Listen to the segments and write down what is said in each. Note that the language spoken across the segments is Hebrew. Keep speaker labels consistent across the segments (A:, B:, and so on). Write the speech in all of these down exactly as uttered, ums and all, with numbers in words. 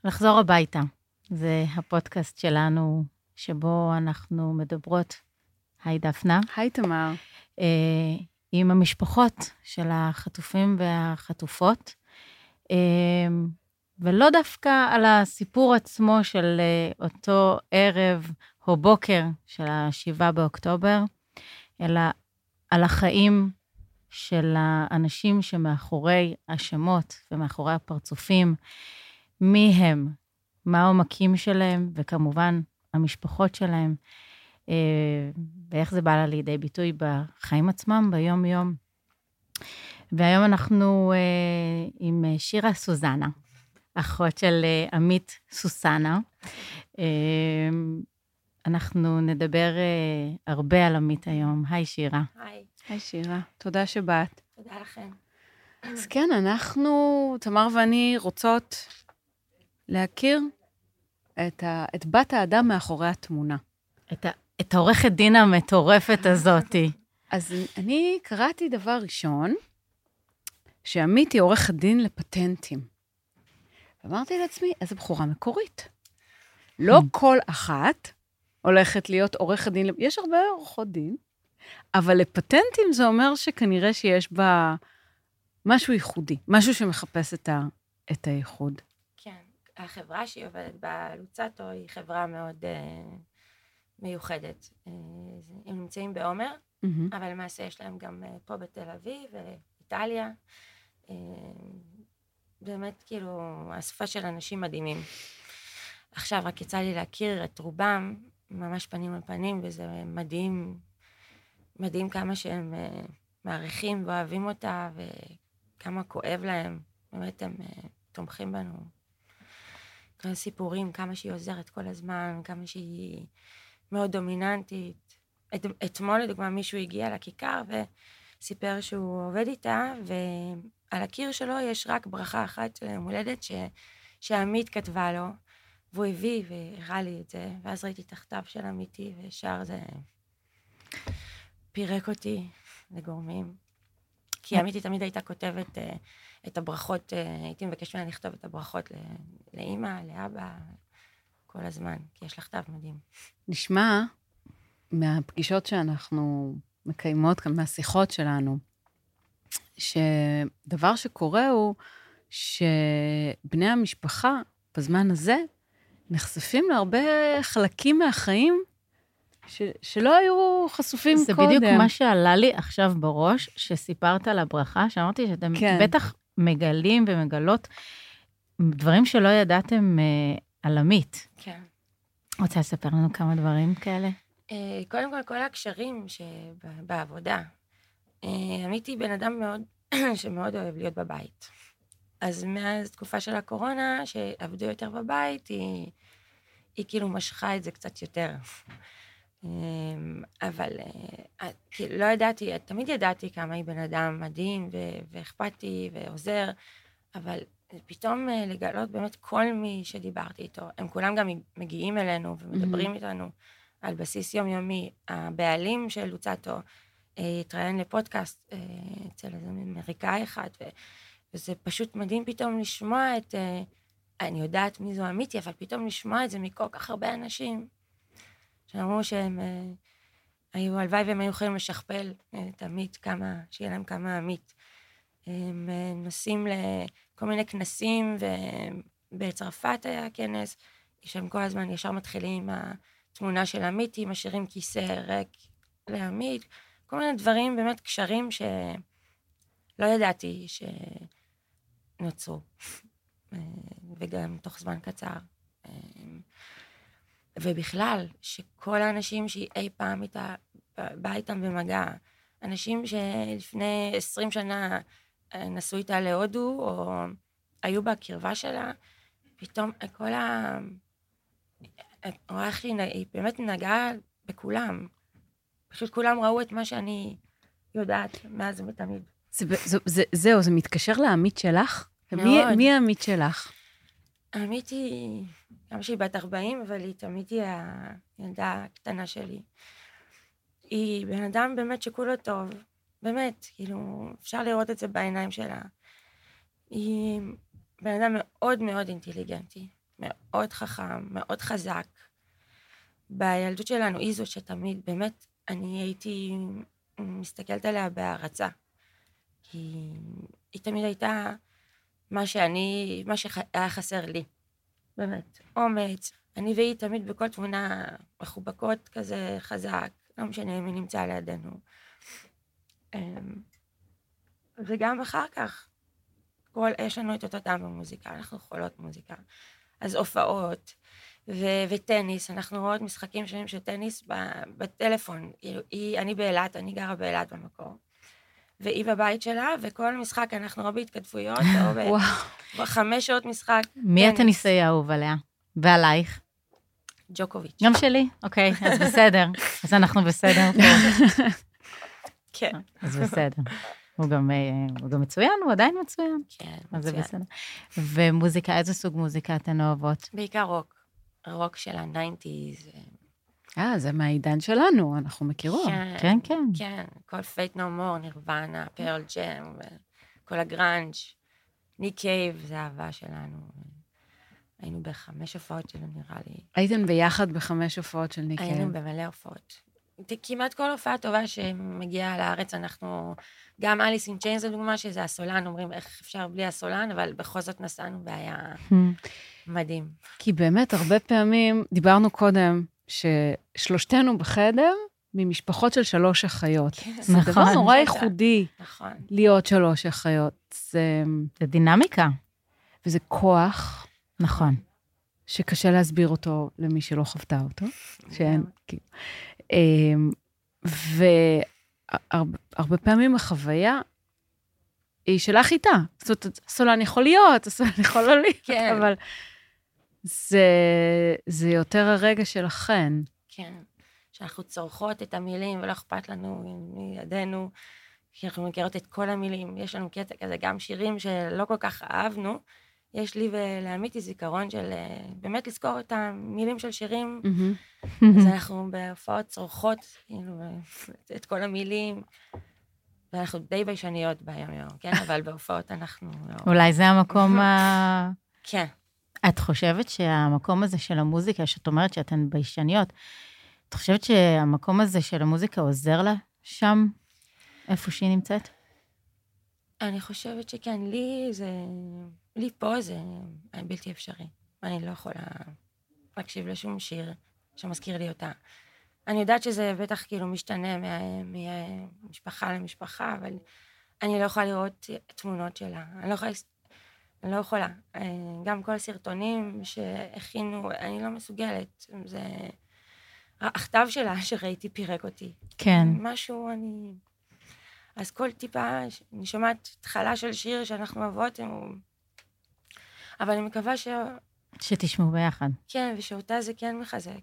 A: לחזור הביתה. זה הפודקאסט שלנו, שבו אנחנו מדברות, היי דפנה.
B: היי תמר.
A: אה, עם המשפחות של החטופים והחטופות, אה, ולא דווקא על הסיפור עצמו של אה, אותו ערב או בוקר של השבעה באוקטובר, אלא על החיים של האנשים שמאחורי השמות ומאחורי הפרצופים, מי הם, מה העומקים שלהם, וכמובן המשפחות שלהם, ואיך זה בא לה לידי ביטוי בחיים עצמם, ביום-יום. והיום אנחנו עם שירה סוזנה, אחות של עמית סוסנה. אנחנו נדבר הרבה על עמית היום. היי שירה.
C: היי.
B: היי שירה, תודה שבאת.
C: תודה לכם.
B: אז כן, אנחנו, תמר ואני, רוצות להכיר את, ה, את בת האדם מאחורי התמונה.
A: את, ה, את העורכת דין המטורפת הזאת.
B: אז אני קראתי דבר ראשון, שעמית היא עורכת דין לפטנטים. ואמרתי לעצמי, איזו בחורה מקורית. לא כל אחת הולכת להיות עורכת דין, יש הרבה עורכות דין, אבל לפטנטים זה אומר שכנראה שיש בה משהו ייחודי, משהו שמחפש את, ה, את הייחוד.
C: כן, החברה שהיא עובדת בה, לוצאטו, היא חברה מאוד אה, מיוחדת. אה, הם נמצאים בעומר, mm-hmm. אבל למעשה יש להם גם אה, פה בתל אביב, ואיטליה. אה, באמת, כאילו, אספה של אנשים מדהימים. עכשיו רק יצא לי להכיר את רובם, ממש פנים על פנים, וזה מדהים, מדהים כמה שהם uh, מעריכים ואוהבים אותה, וכמה כואב להם. באמת הם uh, תומכים בנו. כמה סיפורים, כמה שהיא עוזרת כל הזמן, כמה שהיא מאוד דומיננטית. את, אתמול, לדוגמה, מישהו הגיע לכיכר וסיפר שהוא עובד איתה, ועל הקיר שלו יש רק ברכה אחת של יום הולדת ש, שעמית כתבה לו, והוא הביא והראה לי את זה, ואז ראיתי תחתיו של עמיתי, וישר זה פירק אותי לגורמים. כי עמיתי תמיד הייתה כותבת uh, את הברכות, uh, הייתי מבקש ממנה לכתוב את הברכות לאמא, לאבא, כל הזמן, כי יש לך כתב מדהים.
B: נשמע מהפגישות שאנחנו מקיימות כאן, מהשיחות שלנו, שדבר שקורה הוא שבני המשפחה בזמן הזה, נחשפים להרבה חלקים מהחיים ש- שלא היו חשופים
A: זה
B: קודם.
A: זה בדיוק מה שעלה לי עכשיו בראש, שסיפרת על הברכה, שאמרתי שאתם כן. בטח מגלים ומגלות דברים שלא ידעתם uh, על עמית.
C: כן.
A: רוצה לספר לנו כמה דברים כאלה?
C: Uh, קודם כל, כל הקשרים שבעבודה. Uh, עמית היא בן אדם מאוד, שמאוד אוהב להיות בבית. אז מאז תקופה של הקורונה, שעבדו יותר בבית, היא, היא כאילו משכה את זה קצת יותר. אבל כאילו לא ידעתי, תמיד ידעתי כמה היא בן אדם מדהים ואכפתי ועוזר, אבל פתאום לגלות באמת כל מי שדיברתי איתו, הם כולם גם מגיעים אלינו ומדברים איתנו על בסיס יומיומי. הבעלים של לוצאטו התראיין לפודקאסט אצל איזה אמריקאי אחד, ו... וזה פשוט מדהים פתאום לשמוע את, אני יודעת מי זו עמיתי, אבל פתאום לשמוע את זה מכל כך הרבה אנשים, שאמרו שהם היו, הלוואי והם היו יכולים לשכפל את עמית, כמה, שיהיה להם כמה עמית. הם נוסעים לכל מיני כנסים, ובצרפת היה כנס, שהם כל הזמן ישר מתחילים עם התמונה של עמיתי, משאירים כיסא ריק לעמית, כל מיני דברים, באמת קשרים שלא ידעתי ש... נוצרו, וגם תוך זמן קצר. ובכלל, שכל האנשים שהיא אי פעם איתה, באה איתם במגע, אנשים שלפני עשרים שנה נסעו איתה להודו, או היו בקרבה שלה, פתאום כל ה... רואה איך היא באמת נגעה בכולם. פשוט כולם ראו את מה שאני יודעת מאז ותמיד.
B: זה, זה, זה, זהו, זה מתקשר לעמית שלך?
C: מאוד.
B: מי, מי העמית שלך?
C: העמית היא, גם שהיא בת ארבעים, אבל היא תמיד היא הילדה הקטנה שלי. היא בן אדם באמת שכולו טוב, באמת, כאילו, אפשר לראות את זה בעיניים שלה. היא בן אדם מאוד מאוד אינטליגנטי, מאוד חכם, מאוד חזק. בילדות שלנו, היא זו שתמיד, באמת, אני הייתי מסתכלת עליה בהערצה. כי היא תמיד הייתה מה שאני, מה שהיה חסר לי. באמת, אומץ. אני והיא תמיד בכל תמונה מחובקות כזה חזק, לא משנה מי נמצא לידינו. וגם אחר כך, כל, יש לנו את אותו טעם במוזיקה, אנחנו חולות מוזיקה. אז הופעות ו- וטניס, אנחנו רואות משחקים שונים של טניס ב- בטלפון. היא, אני באילת, אני גרה באילת במקור. והיא בבית שלה, וכל משחק אנחנו רואים בהתכתבויות, או בחמש שעות משחק.
A: מי הטניסאי האהוב עליה? ועלייך?
C: ג'וקוביץ'.
A: גם שלי? אוקיי, אז בסדר. אז אנחנו בסדר פה.
C: כן.
A: אז בסדר. הוא גם, הוא גם מצוין, הוא עדיין מצוין.
C: כן, מצוין.
A: אז זה בסדר. ומוזיקה, איזה סוג מוזיקה אתן אוהבות?
C: בעיקר רוק. רוק של ה-תשעים.
B: אה, זה מהעידן שלנו, אנחנו מכירות.
C: כן,
A: כן, כן.
C: כן, כל פייט נו מור, נירוונה, פרל ג'ם, כל הגראנג', ניק קייב, זה האהבה שלנו. היינו בחמש הופעות שלו, נראה לי.
B: הייתן ביחד בחמש הופעות של ניק קייב.
C: היינו במלא הופעות. כמעט כל הופעה טובה שמגיעה לארץ, אנחנו, גם אליס אין צ'יינס, לדוגמה, שזה הסולן, אומרים איך אפשר בלי הסולן, אבל בכל זאת נסענו והיה מדהים.
B: כי באמת, הרבה פעמים, דיברנו קודם, ששלושתנו בחדר, ממשפחות של שלוש אחיות. זה דבר נורא ייחודי להיות שלוש אחיות.
A: זה דינמיקה.
B: וזה כוח.
A: נכון.
B: שקשה להסביר אותו למי שלא חוותה אותו. שאין, כאילו. והרבה פעמים החוויה היא שלך איתה. זאת אומרת, הסולן יכול להיות, הסולן יכול לא להיות, אבל זה יותר הרגע שלכן.
C: כן, שאנחנו צורכות את המילים ולא אכפת לנו מידינו, כי אנחנו מכירות את כל המילים. יש לנו קטע כזה, גם שירים שלא כל כך אהבנו, יש לי ולעמיתי זיכרון של באמת לזכור את המילים של שירים, אז אנחנו בהופעות צורכות את כל המילים, ואנחנו די ביישניות ביום יום, כן? אבל בהופעות אנחנו...
A: אולי זה המקום ה...
C: כן.
A: את חושבת שהמקום הזה של המוזיקה, שאת אומרת שאתן ביישניות, את חושבת שהמקום הזה של המוזיקה עוזר לה שם, איפה שהיא נמצאת?
C: אני חושבת שכן, לי זה... לי פה זה בלתי אפשרי. אני לא יכולה להקשיב לשום שיר שמזכיר לי אותה. אני יודעת שזה בטח כאילו משתנה ממשפחה למשפחה, אבל אני לא יכולה לראות תמונות שלה. אני לא יכולה... אני לא יכולה. גם כל הסרטונים שהכינו, אני לא מסוגלת. זה... הכתב שלה שראיתי פירק אותי.
A: כן.
C: משהו אני... אז כל טיפה, אני שומעת התחלה של שיר שאנחנו אוהבות, אבל אני מקווה ש...
A: שתשמעו ביחד.
C: כן, ושאותה זה כן מחזק.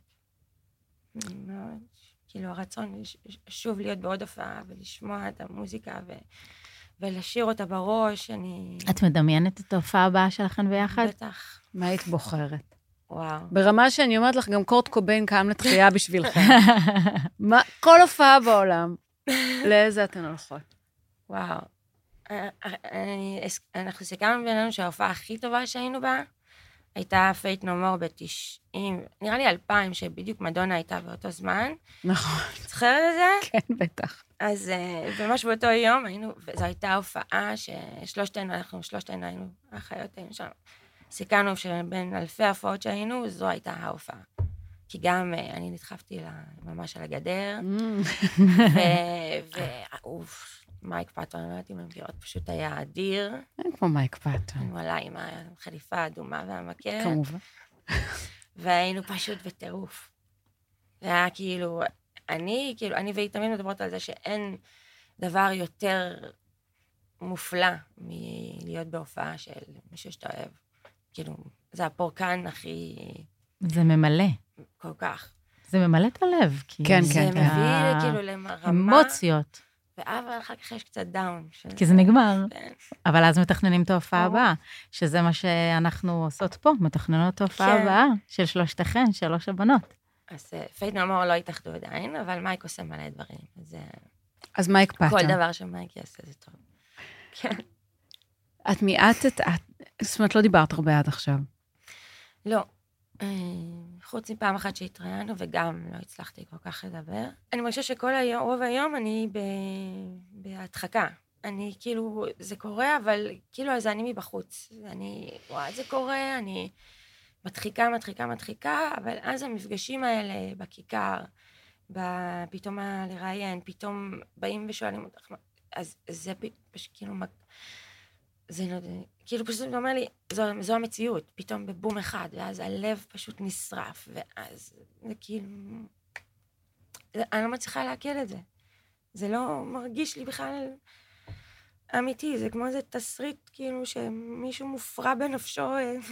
C: מאוד, כאילו הרצון שוב להיות בעוד הופעה, ולשמוע את המוזיקה, ו... ולשיר אותה בראש, אני...
A: את מדמיינת את ההופעה הבאה שלכן ביחד?
C: בטח.
B: מה היית בוחרת?
C: וואו.
B: ברמה שאני אומרת לך, גם קורט קוביין קם לתחייה בשבילכם. מה, כל הופעה בעולם, לאיזה אתן הולכות?
C: וואו. אני, אנחנו סיכמנו בינינו שההופעה הכי טובה שהיינו בה, הייתה פייט נו מור ב-תשעים, נראה לי אלפיים, שבדיוק מדונה הייתה באותו זמן.
B: נכון.
C: זוכרת את זה?
B: כן, בטח.
C: אז ממש באותו יום היינו, וזו הייתה הופעה ששלושתנו, אנחנו שלושתנו היינו, האחיות היינו שם. סיכמנו שבין אלפי ההופעות שהיינו, זו הייתה ההופעה. כי גם אני נדחפתי לה ממש על הגדר, ואוף, מייק פאטון, אני לא יודעת אם הם מכירות, פשוט היה אדיר.
B: אין כמו מייק פאטון.
C: וואלה, עם החליפה האדומה והמקל.
B: כמובן.
C: והיינו פשוט בטירוף. זה היה כאילו, אני, כאילו, אני והיא תמיד מדברות על זה שאין דבר יותר מופלא מלהיות בהופעה של מישהו שאתה אוהב. כאילו, זה הפורקן הכי...
A: זה ממלא.
C: כל כך.
A: זה ממלא את הלב.
B: כן, כן.
C: זה מביא כאילו לרמה...
A: אמוציות.
C: אבל אחר כך יש קצת דאון.
A: כי זה נגמר. אבל אז מתכננים את ההופעה הבאה, שזה מה שאנחנו עושות פה, מתכננות את ההופעה הבאה של שלושתכן, שלוש הבנות.
C: אז פייט נו מור לא התאחדו עדיין, אבל מייק עושה מלא דברים.
B: אז מייק פאטון.
C: כל דבר שמייק יעשה זה טוב. כן.
B: את מיעטת, זאת אומרת, לא דיברת הרבה עד עכשיו.
C: לא. חוץ מפעם אחת שהתראיינו, וגם לא הצלחתי כל כך לדבר. אני מרגישה שכל היום, רוב היום אני בהדחקה. אני כאילו, זה קורה, אבל כאילו אז אני מבחוץ. אני, וואי, זה קורה, אני מדחיקה, מדחיקה, מדחיקה, אבל אז המפגשים האלה בכיכר, פתאום לראיין, פתאום באים ושואלים אותך, אז זה פשוט כאילו, זה כאילו פשוט אומר לי, זו, זו המציאות, פתאום בבום אחד, ואז הלב פשוט נשרף, ואז זה כאילו, אני לא מצליחה להקל את זה. זה לא מרגיש לי בכלל אמיתי, זה כמו איזה תסריט, כאילו, שמישהו מופרע בנפשו,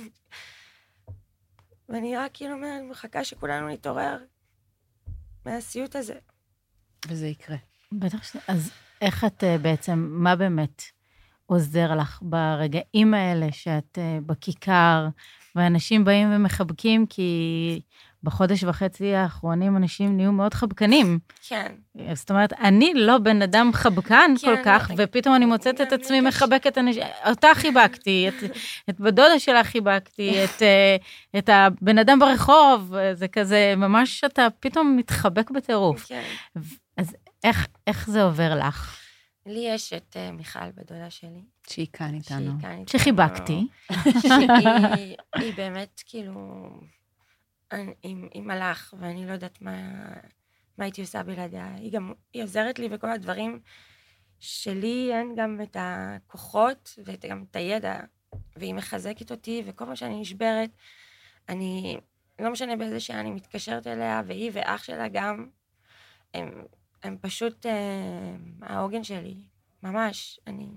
C: ואני רק כאילו מחכה שכולנו נתעורר מהסיוט הזה.
B: וזה יקרה.
A: בטח ש... אז איך את בעצם, מה באמת עוזר לך ברגעים האלה שאת בכיכר, ואנשים באים ומחבקים, כי בחודש וחצי האחרונים אנשים נהיו מאוד חבקנים.
C: כן.
A: זאת אומרת, אני לא בן אדם חבקן כן, כל כך, לא, ופתאום אני מוצאת את עצמי מחבקת אנשים, אותה חיבקתי, את, את בדודה שלה חיבקתי, את, את הבן אדם ברחוב, זה כזה, ממש אתה פתאום מתחבק בטירוף. כן. אז איך, איך זה עובר לך?
C: לי יש את uh, מיכל בדודה שלי.
B: שהיא כאן איתנו.
A: שחיבקתי.
C: שהיא היא באמת כאילו, היא, היא מלאך, ואני לא יודעת מה, מה הייתי עושה בלעדיה. היא גם, היא עוזרת לי בכל הדברים שלי, אין גם את הכוחות וגם את הידע, והיא מחזקת אותי, וכל פעם שאני נשברת, אני, לא משנה באיזה שעה אני מתקשרת אליה, והיא ואח שלה גם, הם... הם פשוט, אה, העוגן שלי, ממש, אני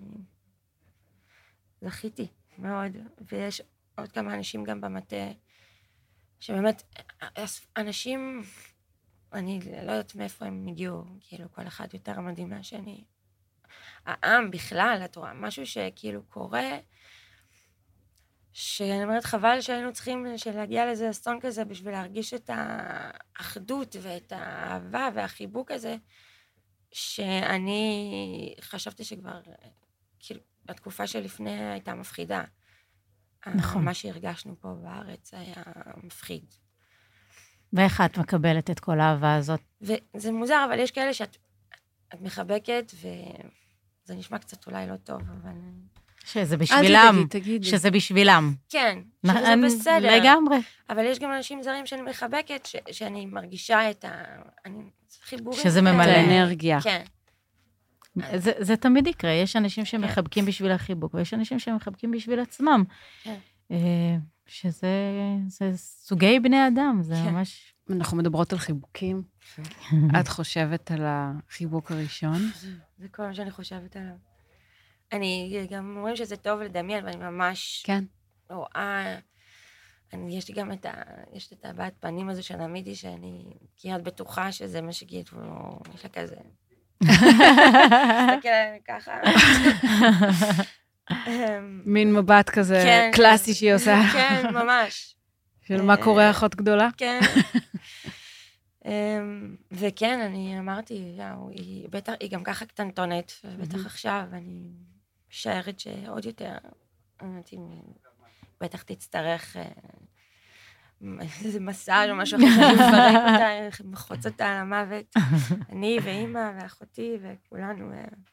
C: זכיתי מאוד, ויש עוד כמה אנשים גם במטה, שבאמת, אנשים, אני לא יודעת מאיפה הם הגיעו, כאילו כל אחד יותר מדהים מהשני. העם בכלל, את רואה, משהו שכאילו קורה, שאני אומרת, חבל שהיינו צריכים להגיע לאיזה אסון כזה, בשביל להרגיש את האחדות ואת האהבה והחיבוק הזה, שאני חשבתי שכבר, כאילו, התקופה שלפני הייתה מפחידה.
A: נכון.
C: מה שהרגשנו פה בארץ היה מפחיד.
A: ואיך את מקבלת את כל האהבה הזאת?
C: וזה מוזר, אבל יש כאלה שאת את מחבקת, וזה נשמע קצת אולי לא טוב, אבל...
A: שזה בשבילם,
B: תגיד, תגיד.
A: שזה בשבילם.
C: כן, שזה בסדר.
A: לגמרי.
C: אבל יש גם אנשים זרים שאני מחבקת, ש- שאני מרגישה את ה... אני... חיבורים.
A: שזה ממלא.
B: את האנרגיה.
C: כן.
A: זה, זה תמיד יקרה. יש אנשים שמחבקים בשביל החיבוק, ויש אנשים שמחבקים בשביל עצמם.
C: כן.
A: שזה זה סוגי בני אדם, זה
C: כן.
A: ממש...
B: אנחנו מדברות על חיבוקים. את חושבת על החיבוק הראשון?
C: זה כל מה שאני חושבת עליו. אני גם אומרים שזה טוב לדמיין, ואני ממש...
B: כן.
C: רואה... אני, יש לי גם את ה... יש לי את הבעת פנים הזו של עמידי, שאני כמעט בטוחה שזה מה שגידו, יש לה כזה... תסתכל עליהם ככה.
B: מין מבט כזה קלאסי שהיא עושה.
C: כן, ממש.
B: של מה קורה אחות גדולה?
C: כן. וכן, אני אמרתי, היא גם ככה קטנטונת, ובטח עכשיו, אני משערת שעוד יותר, בטח תצטרך איזה מסע או משהו אחר, שאני מפרק אותה, מחוץ אותה על המוות. אני ואימא ואחותי וכולנו.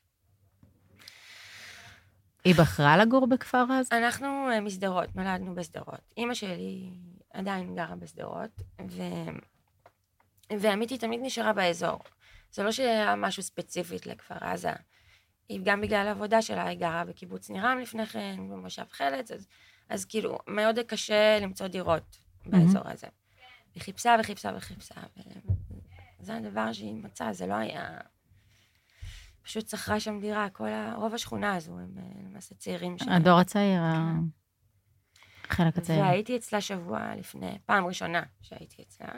A: היא בחרה לגור בכפר עזה?
C: אנחנו מסדרות, נולדנו בסדרות. אימא שלי עדיין גרה בסדרות, ו... ועמיתי תמיד נשארה באזור. זה לא שהיה משהו ספציפית לכפר עזה. היא גם בגלל העבודה שלה, היא גרה בקיבוץ נירם לפני כן, במושב חלץ, אז, אז כאילו מאוד קשה למצוא דירות באזור mm-hmm. הזה. היא חיפשה וחיפשה וחיפשה, וזה הדבר שהיא מצאה, זה לא היה... פשוט שכרה שם דירה, כל ה... רוב השכונה הזו, הם למעשה צעירים שם.
A: הדור הצעיר, החלק הצעיר.
C: והייתי אצלה שבוע לפני, פעם ראשונה שהייתי אצלה.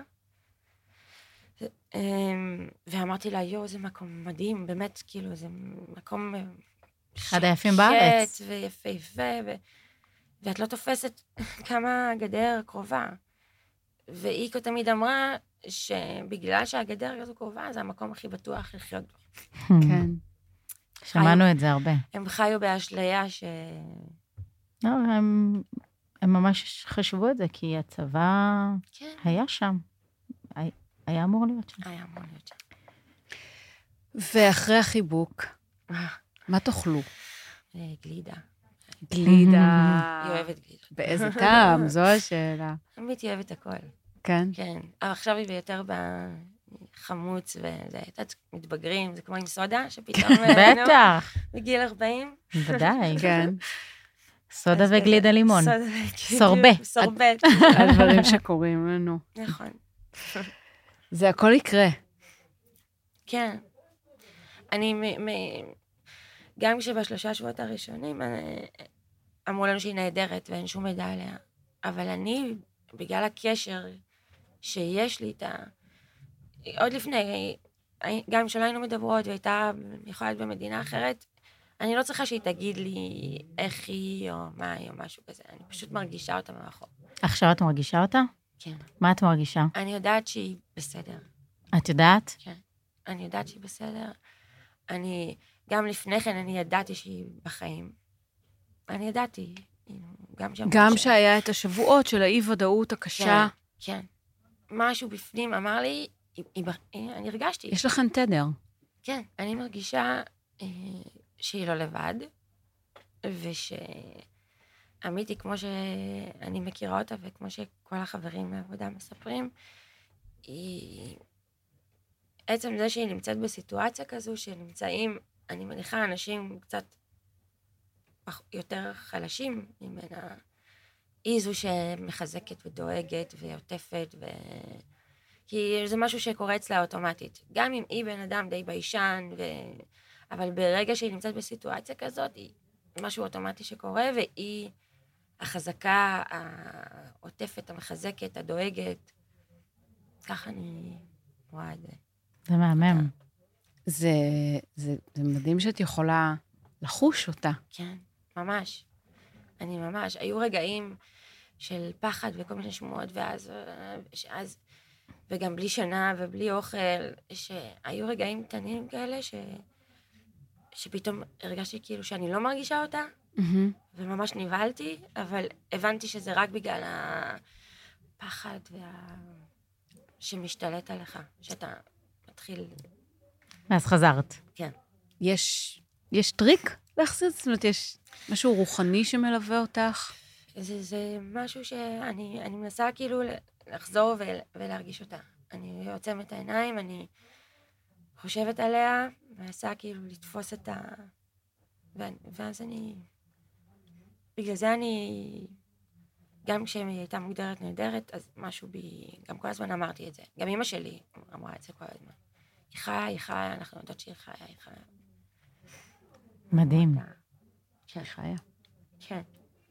C: ואמרתי לה, יו, זה מקום מדהים, באמת, כאילו, זה מקום...
A: אחד היפים בארץ.
C: שקט ויפהפה, ו... ואת לא תופסת כמה גדר קרובה. והיא תמיד אמרה שבגלל שהגדר כזו קרובה, זה המקום הכי בטוח לחיות בו.
B: כן.
A: שמענו את זה הרבה.
C: הם חיו באשליה ש...
A: לא, הם... הם ממש חשבו את זה, כי הצבא
C: כן.
A: היה שם. היה אמור להיות שם.
C: היה אמור להיות שם.
B: ואחרי החיבוק, מה תאכלו?
C: גלידה.
B: גלידה.
C: היא אוהבת גלידה.
B: באיזה טעם? זו השאלה.
C: עמית היא אוהבת הכל.
B: כן?
C: כן. אבל עכשיו היא ביותר בחמוץ וזה, את מתבגרים, זה כמו עם סודה, שפתאום...
A: בטח.
C: בגיל ארבעים.
A: ודאי.
B: כן.
A: סודה וגלידה לימון.
C: סודה.
A: סורבה.
C: סורבט.
B: הדברים שקורים לנו.
C: נכון.
B: זה הכל יקרה.
C: כן. אני, מ- מ- גם כשבשלושה שבועות הראשונים, אה, אמרו לנו שהיא נהדרת ואין שום מידע עליה, אבל אני, בגלל הקשר שיש לי איתה, עוד לפני, גם אם שלא היינו מדברות והייתה יכולה להיות במדינה אחרת, אני לא צריכה שהיא תגיד לי איך היא או מה היא או משהו כזה, אני פשוט מרגישה אותה מאחור.
A: עכשיו את מרגישה אותה?
C: כן.
A: מה את מרגישה?
C: אני יודעת שהיא בסדר.
A: את יודעת?
C: כן. אני יודעת שהיא בסדר. אני, גם לפני כן אני ידעתי שהיא בחיים. אני ידעתי, גם שם...
B: גם שהיה את השבועות של האי-ודאות הקשה.
C: כן, כן. משהו בפנים אמר לי, היא, היא, היא, אני הרגשתי.
B: יש לכם תדר.
C: כן, אני מרגישה אה, שהיא לא לבד, ושעמית היא כמו שאני מכירה אותה, וכמו שכל החברים מהעבודה מספרים, היא... עצם זה שהיא נמצאת בסיטואציה כזו, שנמצאים, אני מניחה, אנשים קצת יותר חלשים ממנה, היא זו שמחזקת ודואגת ועוטפת, ו... כי זה משהו שקורה אצלה אוטומטית. גם אם היא בן אדם די ביישן, ו... אבל ברגע שהיא נמצאת בסיטואציה כזאת, היא משהו אוטומטי שקורה, והיא החזקה, העוטפת, המחזקת, הדואגת. ככה אני רואה את זה.
A: זה מהמם.
B: זה, זה, זה מדהים שאת יכולה לחוש אותה.
C: כן, ממש. אני ממש. היו רגעים של פחד וכל מיני שמועות, ואז, שאז, וגם בלי שינה ובלי אוכל, שהיו רגעים קטנים כאלה, ש, שפתאום הרגשתי כאילו שאני לא מרגישה אותה,
B: Mm-hmm.
C: וממש נבהלתי, אבל הבנתי שזה רק בגלל הפחד וה... שמשתלט עליך, שאתה מתחיל...
A: אז חזרת.
C: כן.
B: יש, יש טריק להחזיר? זאת אומרת, יש משהו רוחני שמלווה אותך?
C: זה, זה משהו שאני אני מנסה כאילו לחזור ול, ולהרגיש אותה. אני עוצמת את העיניים, אני חושבת עליה, מנסה כאילו לתפוס את ה... ואז אני... בגלל זה אני... גם כשהיא הייתה מוגדרת נהדרת, אז משהו בי... גם כל הזמן אמרתי את זה. גם אמא שלי אמרה את זה כל הזמן. היא חיה, היא חיה, אנחנו יודעות שהיא חיה, היא חיה.
A: מדהים.
B: כן, חיה.
C: כן.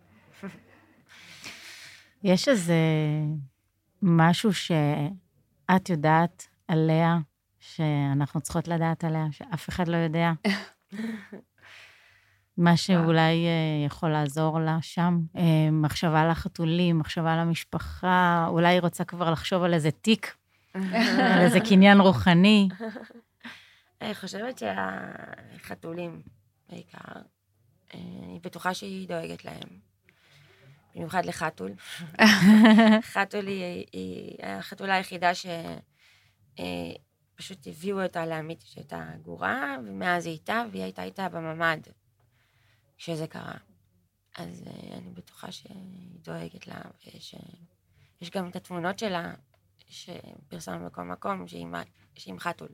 A: יש איזה משהו שאת יודעת עליה, שאנחנו צריכות לדעת עליה, שאף אחד לא יודע? מה שאולי יכול לעזור לה שם, מחשבה על החתולים, מחשבה על המשפחה, אולי היא רוצה כבר לחשוב על איזה תיק, על איזה קניין רוחני.
C: אני חושבת שהחתולים בעיקר, אני בטוחה שהיא דואגת להם, במיוחד לחתול. חתול היא החתולה היחידה שפשוט הביאו אותה לעמית שהייתה גורה, ומאז היא איתה, והיא הייתה איתה בממד. כשזה קרה. אז uh, אני בטוחה שהיא דואגת לה, ויש גם את התמונות שלה, שפרסמנו בכל מקום, שהיא, שהיא עם חתול.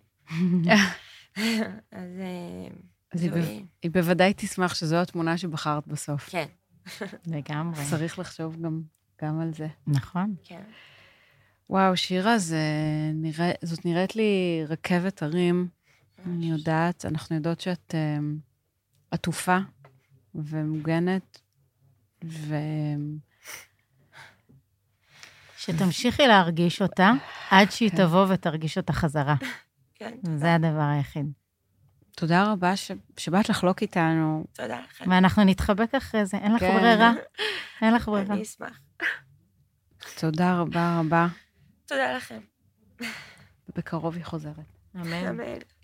C: אז...
B: אז היא, ב... היא בוודאי תשמח שזו התמונה שבחרת בסוף.
C: כן.
A: לגמרי.
B: צריך לחשוב גם, גם על זה.
A: נכון.
C: כן.
B: וואו, שירה, זה נראה, זאת נראית לי רכבת הרים. אני יודעת, אנחנו יודעות שאת uh, עטופה, ומוגנת, ו...
A: שתמשיכי להרגיש אותה, עד שהיא תבוא ותרגיש אותה חזרה.
C: כן.
A: זה הדבר היחיד.
B: תודה רבה ש... שבאת לחלוק איתנו.
C: תודה לכם.
A: ואנחנו נתחבק אחרי זה, אין לך ברירה. אין לך ברירה.
C: אני אשמח.
B: תודה רבה רבה.
C: תודה לכם.
B: ובקרוב היא חוזרת.
A: אמן.
C: אמן.